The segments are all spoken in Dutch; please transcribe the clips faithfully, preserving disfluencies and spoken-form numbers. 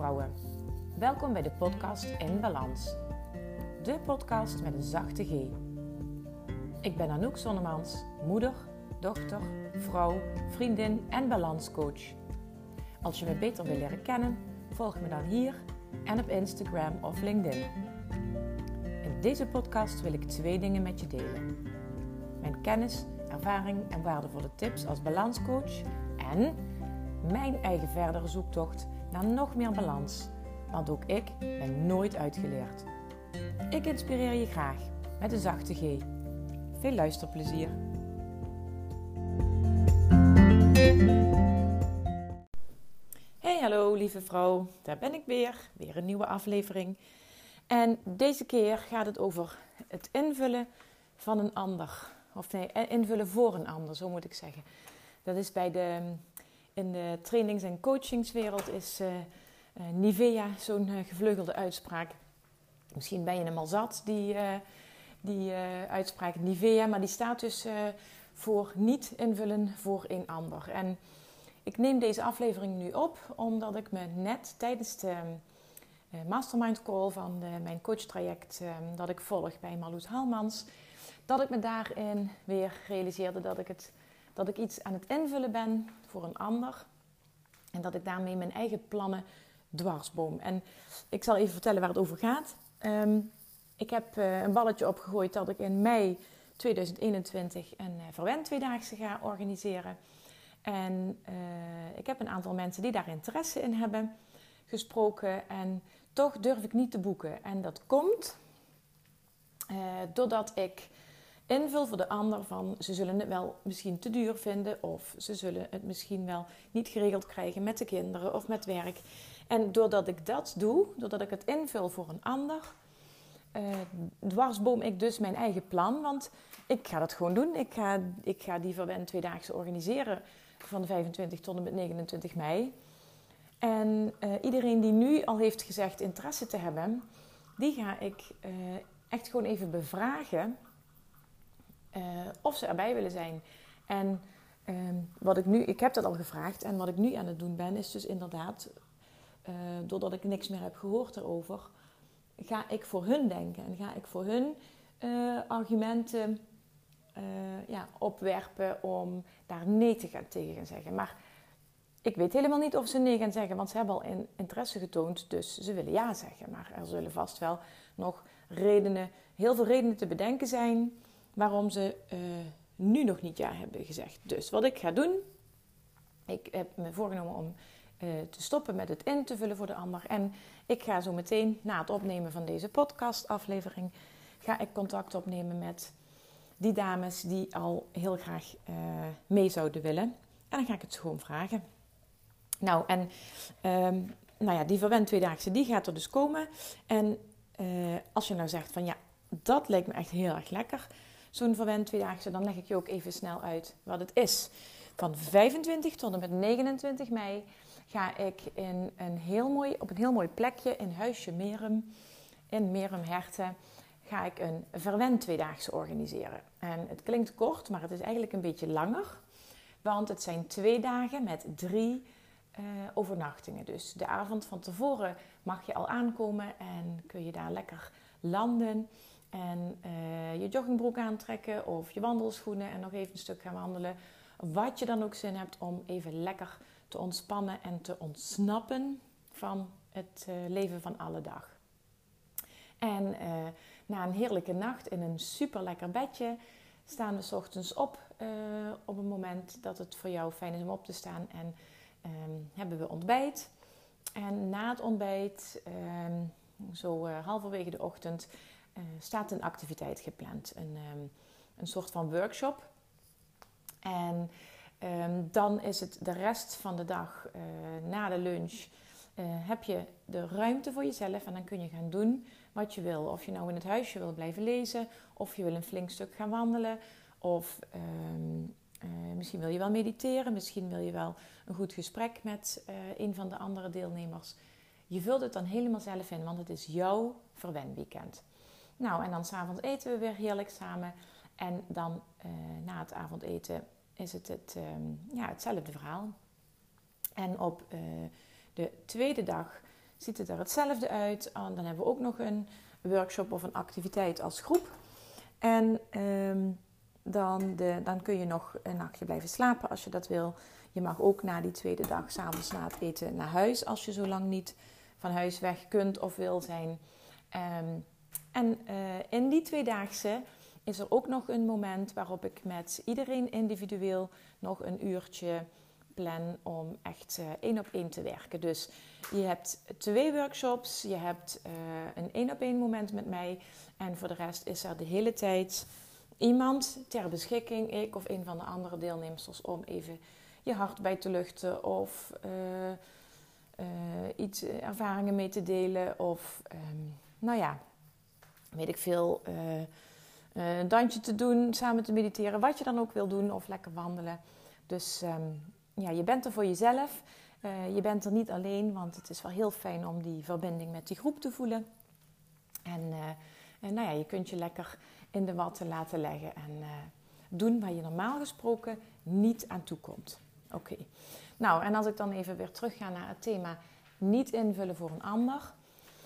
vrouwen. Welkom bij de podcast In Balans. De podcast met een zachte G. Ik ben Anouk Zonnemans, moeder, dochter, vrouw, vriendin en balanscoach. Als je me beter wil leren kennen, volg me dan hier en op Instagram of LinkedIn. In deze podcast wil ik twee dingen met je delen. Mijn kennis, ervaring en waardevolle tips als balanscoach en mijn eigen verdere zoektocht naar nog meer balans. Want ook ik ben nooit uitgeleerd. Ik inspireer je graag met een zachte G. Veel luisterplezier. Hey, hallo lieve vrouw. Daar ben ik weer. Weer een nieuwe aflevering. En deze keer gaat het over het invullen van een ander. Of nee, invullen voor een ander, zo moet ik zeggen. Dat is bij de... In de trainings- en coachingswereld is uh, uh, Nivea zo'n uh, gevleugelde uitspraak. Misschien ben je hem al zat, die, uh, die uh, uitspraak Nivea. Maar die staat dus uh, voor niet invullen voor een ander. En ik neem deze aflevering nu op, omdat ik me net tijdens de uh, mastermind call van de, mijn coachtraject uh, dat ik volg bij Marloes Halmans, dat ik me daarin weer realiseerde dat ik het... Dat ik iets aan het invullen ben voor een ander. En dat ik daarmee mijn eigen plannen dwarsboom. En ik zal even vertellen waar het over gaat. Um, ik heb uh, een balletje opgegooid dat ik in mei tweeduizend eenentwintig een uh, Verwend tweedaagse ga organiseren. En uh, ik heb een aantal mensen die daar interesse in hebben gesproken. En toch durf ik niet te boeken. En dat komt uh, doordat ik... invul voor de ander van ze zullen het wel misschien te duur vinden of ze zullen het misschien wel niet geregeld krijgen met de kinderen of met werk. En doordat ik dat doe, doordat ik het invul voor een ander, uh, dwarsboom ik dus mijn eigen plan. Want ik ga dat gewoon doen. Ik ga, ik ga die Verwend tweedaagse organiseren van de vijfentwintig tot en met negenentwintig mei. En uh, iedereen die nu al heeft gezegd interesse te hebben, die ga ik uh, echt gewoon even bevragen. Uh, of ze erbij willen zijn. En uh, wat ik nu, ik heb dat al gevraagd. En wat ik nu aan het doen ben, is dus inderdaad, uh, doordat ik niks meer heb gehoord erover, ga ik voor hun denken. En ga ik voor hun uh, argumenten uh, ja, opwerpen om daar nee te gaan, tegen gaan zeggen. Maar ik weet helemaal niet of ze nee gaan zeggen, want ze hebben al in, interesse getoond, dus ze willen ja zeggen. Maar er zullen vast wel nog redenen, heel veel redenen te bedenken zijn waarom ze uh, nu nog niet ja hebben gezegd. Dus wat ik ga doen, ik heb me voorgenomen om uh, te stoppen met het in te vullen voor de ander. En ik ga zo meteen, na het opnemen van deze podcastaflevering, ga ik contact opnemen met die dames die al heel graag uh, mee zouden willen. En dan ga ik het gewoon vragen. Nou, en um, nou ja, die Verwend tweedaagse, die gaat er dus komen. En uh, als je nou zegt van ja, dat lijkt me echt heel erg lekker, zo'n Verwend tweedaagse, dan leg ik je ook even snel uit wat het is. Van vijfentwintig tot en met negenentwintig mei ga ik in een heel mooi, op een heel mooi plekje in Huisje Merum, in Merum-Herten, ga ik een Verwend tweedaagse organiseren. En het klinkt kort, maar het is eigenlijk een beetje langer. Want het zijn twee dagen met drie uh, overnachtingen. Dus de avond van tevoren mag je al aankomen en kun je daar lekker landen. En uh, je joggingbroek aantrekken of je wandelschoenen en nog even een stuk gaan wandelen. Wat je dan ook zin hebt om even lekker te ontspannen en te ontsnappen van het uh, leven van alle dag. En uh, na een heerlijke nacht in een super lekker bedje staan we 's ochtends op uh, op het moment dat het voor jou fijn is om op te staan. En um, hebben we ontbijt. En na het ontbijt, um, zo uh, halverwege de ochtend, Uh, staat een activiteit gepland. Een, um, een soort van workshop. En um, dan is het de rest van de dag uh, na de lunch uh, heb je de ruimte voor jezelf en dan kun je gaan doen wat je wil. Of je nou in het huisje wil blijven lezen, of je wil een flink stuk gaan wandelen, of um, uh, misschien wil je wel mediteren, misschien wil je wel een goed gesprek met uh, een van de andere deelnemers. Je vult het dan helemaal zelf in, want het is jouw Verwend-weekend. Nou, en dan 's avonds eten we weer heerlijk samen. En dan uh, na het avondeten is het, het um, ja, hetzelfde verhaal. En op uh, de tweede dag ziet het er hetzelfde uit. Uh, dan hebben we ook nog een workshop of een activiteit als groep. En um, dan, de, dan kun je nog een nachtje blijven slapen als je dat wil. Je mag ook na die tweede dag 's avonds na het eten naar huis als je zo lang niet van huis weg kunt of wil zijn. Um, en uh, in die tweedaagse is er ook nog een moment waarop ik met iedereen individueel nog een uurtje plan om echt uh, één op één te werken. Dus je hebt twee workshops, je hebt uh, een één op één moment met mij en voor de rest is er de hele tijd iemand ter beschikking, ik of een van de andere deelnemers, om even je hart bij te luchten of uh, uh, iets uh, ervaringen mee te delen of um, nou ja, weet ik veel, uh, uh, een dansje te doen, samen te mediteren, wat je dan ook wil doen of lekker wandelen. Dus um, ja, je bent er voor jezelf. Uh, je bent er niet alleen, want het is wel heel fijn om die verbinding met die groep te voelen. En, uh, en nou ja, je kunt je lekker in de watten laten leggen en uh, doen waar je normaal gesproken niet aan toe komt. Oké. Okay. Nou, en als ik dan even weer terug ga naar het thema niet invullen voor een ander.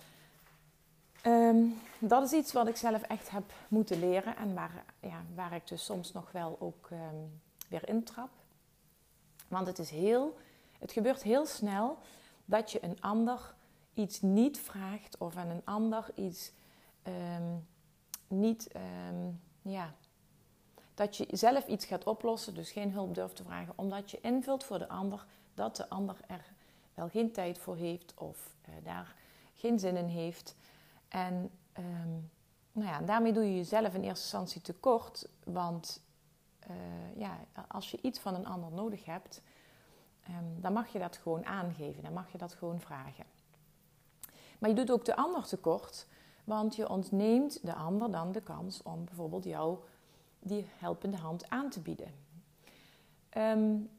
Um, dat is iets wat ik zelf echt heb moeten leren en waar, ja, waar ik dus soms nog wel ook um, weer intrap. Want het is heel, het gebeurt heel snel dat je een ander iets niet vraagt of aan een ander iets um, niet, um, ja, dat je zelf iets gaat oplossen, dus geen hulp durft te vragen, omdat je invult voor de ander dat de ander er wel geen tijd voor heeft of uh, daar geen zin in heeft. En um, nou ja, daarmee doe je jezelf in eerste instantie tekort, want uh, ja, als je iets van een ander nodig hebt, um, dan mag je dat gewoon aangeven, dan mag je dat gewoon vragen. Maar je doet ook de ander tekort, want je ontneemt de ander dan de kans om bijvoorbeeld jou die helpende hand aan te bieden. Um,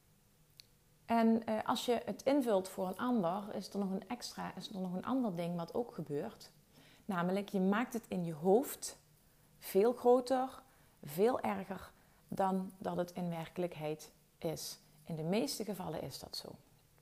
en uh, als je het invult voor een ander, is er nog een extra, is er nog een ander ding wat ook gebeurt. Namelijk, je maakt het in je hoofd veel groter, veel erger dan dat het in werkelijkheid is. In de meeste gevallen is dat zo.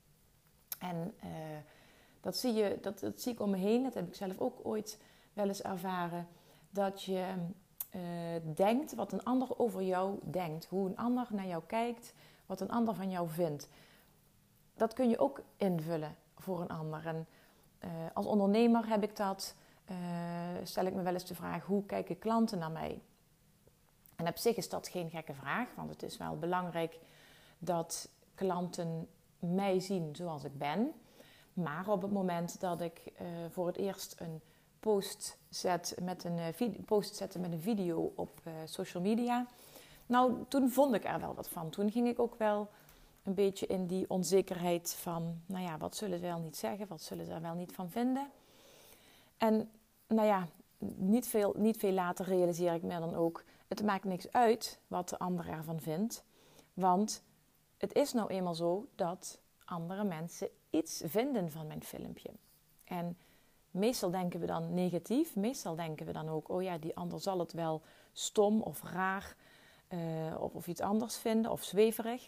En uh, dat, zie je, dat, dat zie ik om me heen, dat heb ik zelf ook ooit wel eens ervaren. Dat je uh, denkt wat een ander over jou denkt. Hoe een ander naar jou kijkt, wat een ander van jou vindt. Dat kun je ook invullen voor een ander. En uh, als ondernemer heb ik dat... Uh, stel ik me wel eens de vraag, hoe kijken klanten naar mij? En op zich is dat geen gekke vraag, want het is wel belangrijk dat klanten mij zien zoals ik ben. Maar op het moment dat ik uh, voor het eerst een post zet met een, uh, video, post zette met een video op uh, social media, nou, toen vond ik er wel wat van. Toen ging ik ook wel een beetje in die onzekerheid van, nou ja, wat zullen ze wel niet zeggen, wat zullen ze er wel niet van vinden? En nou ja, niet veel, niet veel later realiseer ik me dan ook, het maakt niks uit wat de ander ervan vindt. Want het is nou eenmaal zo dat andere mensen iets vinden van mijn filmpje. En meestal denken we dan negatief. Meestal denken we dan ook, oh ja, die ander zal het wel stom of raar uh, of, of iets anders vinden of zweverig.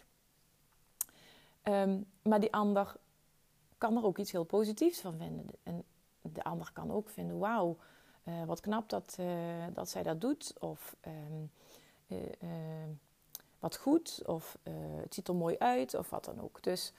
Um, maar die ander kan er ook iets heel positiefs van vinden. En de ander kan ook vinden, wauw, uh, wat knap dat, uh, dat zij dat doet. Of um, uh, uh, wat goed, of uh, het ziet er mooi uit, of wat dan ook. Dus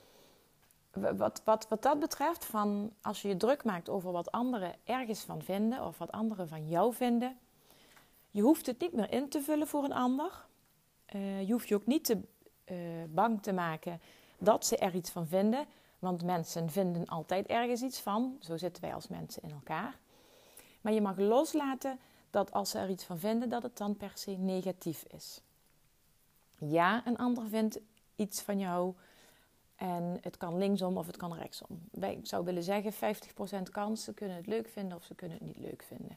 wat, wat, wat dat betreft, van als je je druk maakt over wat anderen ergens van vinden, of wat anderen van jou vinden, je hoeft het niet meer in te vullen voor een ander. Uh, je hoeft je ook niet te uh, bang te maken dat ze er iets van vinden. Want mensen vinden altijd ergens iets van. Zo zitten wij als mensen in elkaar. Maar je mag loslaten dat als ze er iets van vinden, dat het dan per se negatief is. Ja, een ander vindt iets van jou. En het kan linksom of het kan rechtsom. Ik zou willen zeggen, vijftig procent kans, ze kunnen het leuk vinden of ze kunnen het niet leuk vinden.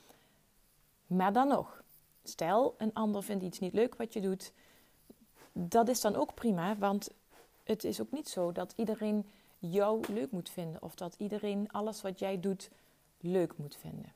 Maar dan nog, stel een ander vindt iets niet leuk wat je doet. Dat is dan ook prima, want het is ook niet zo dat iedereen jou leuk moet vinden. Of dat iedereen alles wat jij doet leuk moet vinden.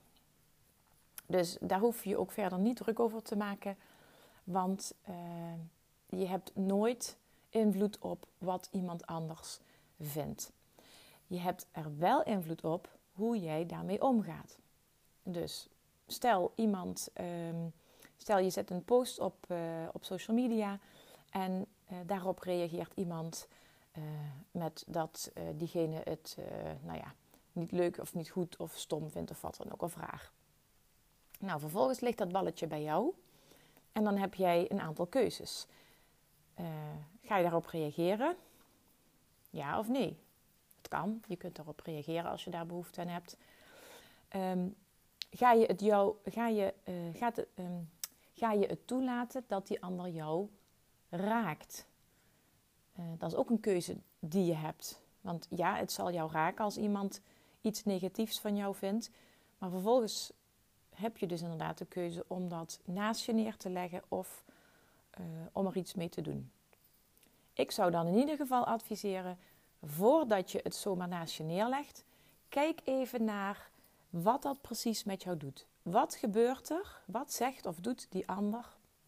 Dus daar hoef je je ook verder niet druk over te maken. Want uh, je hebt nooit invloed op wat iemand anders vindt. je hebt er wel invloed op hoe jij daarmee omgaat. Dus stel iemand, um, stel je zet een post op, uh, op social media en uh, daarop reageert iemand uh, met dat uh, diegene het uh, nou ja, niet leuk of niet goed of stom vindt of wat dan ook, of raar. Nou, vervolgens ligt dat balletje bij jou en dan heb jij een aantal keuzes. Uh, ga je daarop reageren? Ja of nee? Het kan, je kunt daarop reageren als je daar behoefte aan hebt. Um, ga, je het jou, ga, je, uh, gaat het, um, ga je het toelaten dat die ander jou raakt? Uh, dat is ook een keuze die je hebt. Want ja, het zal jou raken als iemand iets negatiefs van jou vindt. Maar vervolgens heb je dus inderdaad de keuze om dat naast je neer te leggen of uh, om er iets mee te doen. Ik zou dan in ieder geval adviseren, voordat je het zomaar naast je neerlegt, kijk even naar wat dat precies met jou doet. Wat gebeurt er? Wat zegt of doet die ander?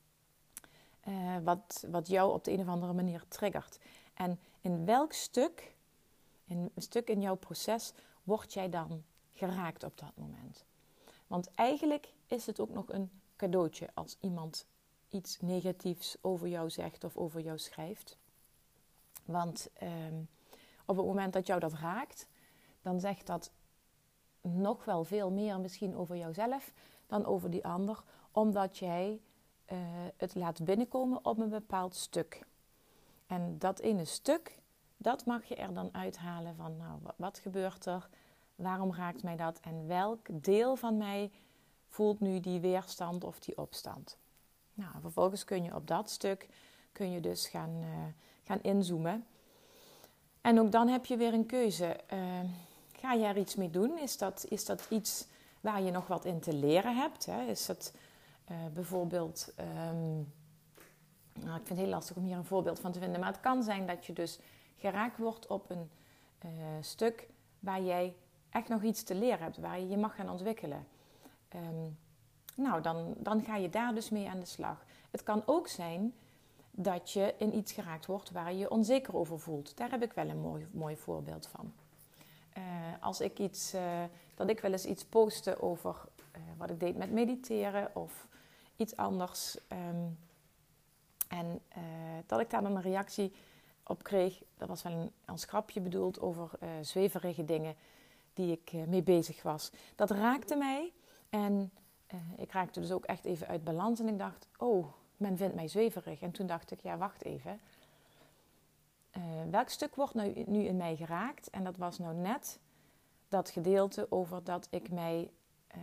Uh, wat, wat jou op de een of andere manier triggert. En in welk stuk, in een stuk in jouw proces, word jij dan geraakt op dat moment? Want eigenlijk is het ook nog een cadeautje als iemand iets negatiefs over jou zegt of over jou schrijft. Want um, op het moment dat jou dat raakt, dan zegt dat nog wel veel meer misschien over jouzelf dan over die ander. Omdat jij uh, het laat binnenkomen op een bepaald stuk. En dat ene stuk, dat mag je er dan uithalen van, nou, wat gebeurt er? Waarom raakt mij dat? En welk deel van mij voelt nu die weerstand of die opstand? Nou, vervolgens kun je op dat stuk kun je dus gaan, uh, gaan inzoomen. En ook dan heb je weer een keuze. Uh, ga je er iets mee doen? Is dat, is dat iets waar je nog wat in te leren hebt? Hè? Is dat uh, bijvoorbeeld... Um, nou, ik vind het heel lastig om hier een voorbeeld van te vinden. Maar het kan zijn dat je dus geraakt wordt op een uh, stuk waar jij echt nog iets te leren hebt. Waar je je mag gaan ontwikkelen. Um, nou, dan, dan ga je daar dus mee aan de slag. Het kan ook zijn dat je in iets geraakt wordt waar je je onzeker over voelt. Daar heb ik wel een mooi, mooi voorbeeld van. Uh, als ik iets, uh, dat ik wel eens iets postte over uh, wat ik deed met mediteren of iets anders. Um, en uh, dat ik daar dan een reactie op kreeg, dat was wel een, als grapje bedoeld, over uh, zweverige dingen die ik uh, mee bezig was. Dat raakte mij en uh, ik raakte dus ook echt even uit balans en ik dacht, oh, men vindt mij zweverig. En toen dacht ik, ja, wacht even. Uh, welk stuk wordt nou, nu in mij geraakt? En dat was nou net dat gedeelte over dat ik mij uh,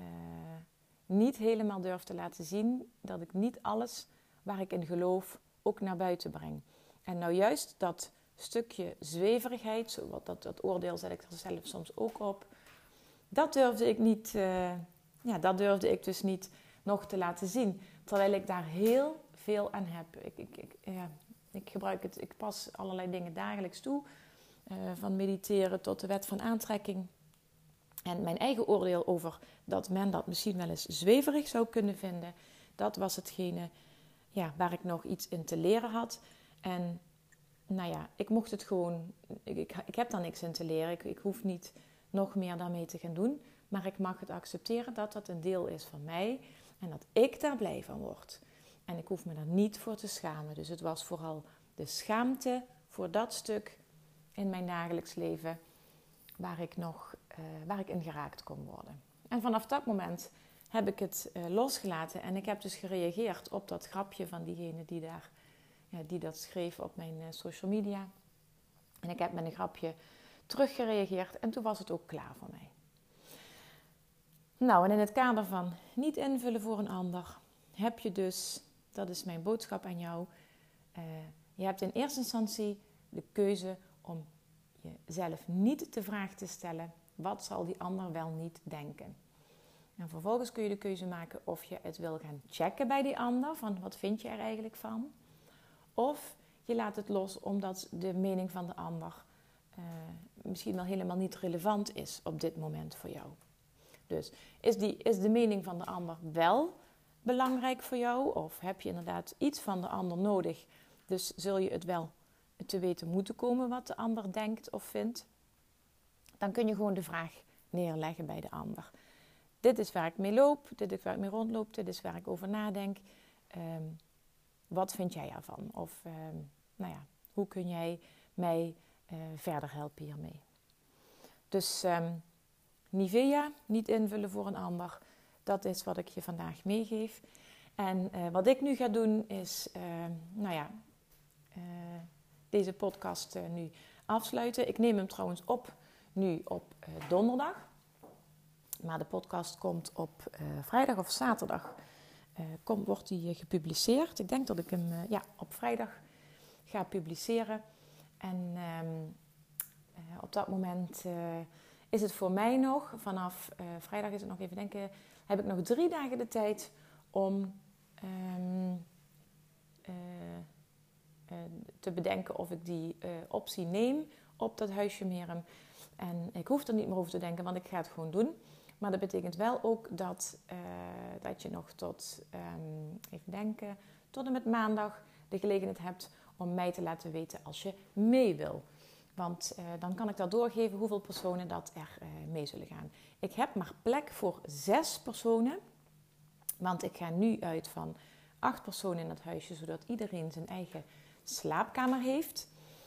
niet helemaal durf te laten zien. Dat ik niet alles waar ik in geloof ook naar buiten breng. En nou juist dat stukje zweverigheid, zo wat, dat, dat oordeel zet ik er zelf soms ook op. Dat durfde ik niet, uh, ja, dat durfde ik dus niet nog te laten zien. Terwijl ik daar heel veel aan heb. Ik, ik, ik, ja, ik gebruik het, ik pas allerlei dingen dagelijks toe. Uh, van mediteren tot de wet van aantrekking. En mijn eigen oordeel over dat men dat misschien wel eens zweverig zou kunnen vinden. Dat was hetgene ja, waar ik nog iets in te leren had. En nou ja, ik mocht het gewoon... Ik, ik, ik heb daar niks in te leren. Ik, ik hoef niet nog meer daarmee te gaan doen. Maar ik mag het accepteren dat dat een deel is van mij. En dat ik daar blij van word. En ik hoef me daar niet voor te schamen. Dus het was vooral de schaamte voor dat stuk in mijn dagelijks leven waar ik nog uh, waar ik in geraakt kon worden. En vanaf dat moment heb ik het uh, losgelaten en ik heb dus gereageerd op dat grapje van diegene die, daar, ja, die dat schreef op mijn uh, social media. En ik heb met een grapje teruggereageerd en toen was het ook klaar voor mij. Nou, en in het kader van niet invullen voor een ander heb je dus, dat is mijn boodschap aan jou, uh, je hebt in eerste instantie de keuze om jezelf niet de vraag te stellen, wat zal die ander wel niet denken? En vervolgens kun je de keuze maken of je het wil gaan checken bij die ander, van wat vind je er eigenlijk van? Of je laat het los omdat de mening van de ander uh, misschien wel helemaal niet relevant is op dit moment voor jou. Dus is, die, is de mening van de ander wel belangrijk voor jou? Of heb je inderdaad iets van de ander nodig? Dus zul je het wel te weten moeten komen wat de ander denkt of vindt. dan kun je gewoon de vraag neerleggen bij de ander. Dit is waar ik mee loop, dit is waar ik mee rondloop, dit is waar ik over nadenk. Um, wat vind jij ervan? Of um, nou ja, hoe kun jij mij uh, verder helpen hiermee? Dus um, Nivea, niet invullen voor een ander. Dat is wat ik je vandaag meegeef. En uh, wat ik nu ga doen is, uh, nou ja, uh, deze podcast uh, nu afsluiten. Ik neem hem trouwens op nu op uh, donderdag. Maar de podcast komt op uh, vrijdag of zaterdag. Uh, komt, wordt die uh, gepubliceerd. Ik denk dat ik hem uh, ja, op vrijdag ga publiceren. En um, uh, op dat moment uh, is het voor mij nog, vanaf uh, vrijdag is het nog even denken, heb ik nog drie dagen de tijd om um, uh, uh, te bedenken of ik die uh, optie neem op dat huisje Merum. En ik hoef er niet meer over te denken, want ik ga het gewoon doen. Maar dat betekent wel ook dat, uh, dat je nog tot, um, even denken, tot en met maandag de gelegenheid hebt om mij te laten weten als je mee wil. Want uh, dan kan ik dat doorgeven hoeveel personen dat er uh, mee zullen gaan. Ik heb maar plek voor zes personen. Want ik ga nu uit van acht personen in het huisje, zodat iedereen zijn eigen slaapkamer heeft.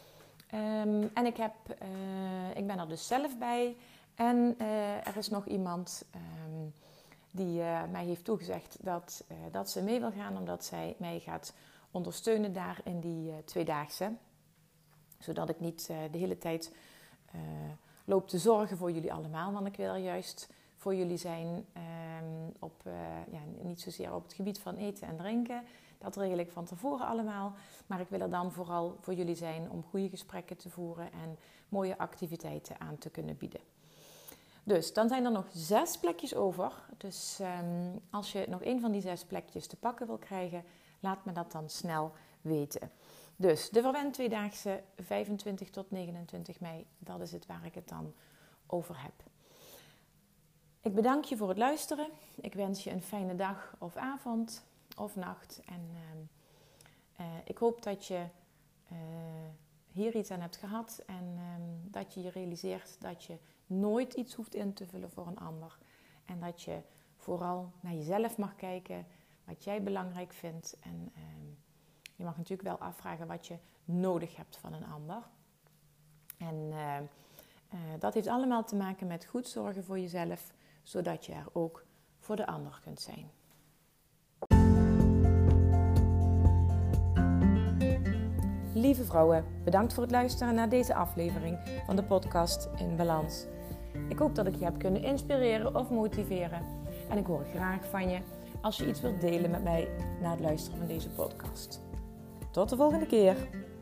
Um, en ik, heb, uh, ik ben er dus zelf bij. En uh, er is nog iemand um, die uh, mij heeft toegezegd dat, uh, dat ze mee wil gaan, omdat zij mij gaat ondersteunen daar in die uh, tweedaagse. Zodat ik niet uh, de hele tijd uh, loop te zorgen voor jullie allemaal. Want ik wil er juist voor jullie zijn, um, op, uh, ja, niet zozeer op het gebied van eten en drinken. Dat regel ik van tevoren allemaal. Maar ik wil er dan vooral voor jullie zijn om goede gesprekken te voeren en mooie activiteiten aan te kunnen bieden. Dus dan zijn er nog zes plekjes over. Dus um, als je nog één van die zes plekjes te pakken wil krijgen, laat me dat dan snel weten. Dus de Verwend Tweedaagse vijfentwintig tot negenentwintig mei, dat is het waar ik het dan over heb. Ik bedank je voor het luisteren. Ik wens je een fijne dag of avond of nacht. En um, uh, ik hoop dat je uh, hier iets aan hebt gehad en um, dat je je realiseert dat je nooit iets hoeft in te vullen voor een ander. En dat je vooral naar jezelf mag kijken, wat jij belangrijk vindt. En um, je mag natuurlijk wel afvragen wat je nodig hebt van een ander. En uh, uh, dat heeft allemaal te maken met goed zorgen voor jezelf, zodat je er ook voor de ander kunt zijn. Lieve vrouwen, bedankt voor het luisteren naar deze aflevering van de podcast In Balans. Ik hoop dat ik je heb kunnen inspireren of motiveren. En ik hoor graag van je als je iets wilt delen met mij na het luisteren van deze podcast. Tot de volgende keer!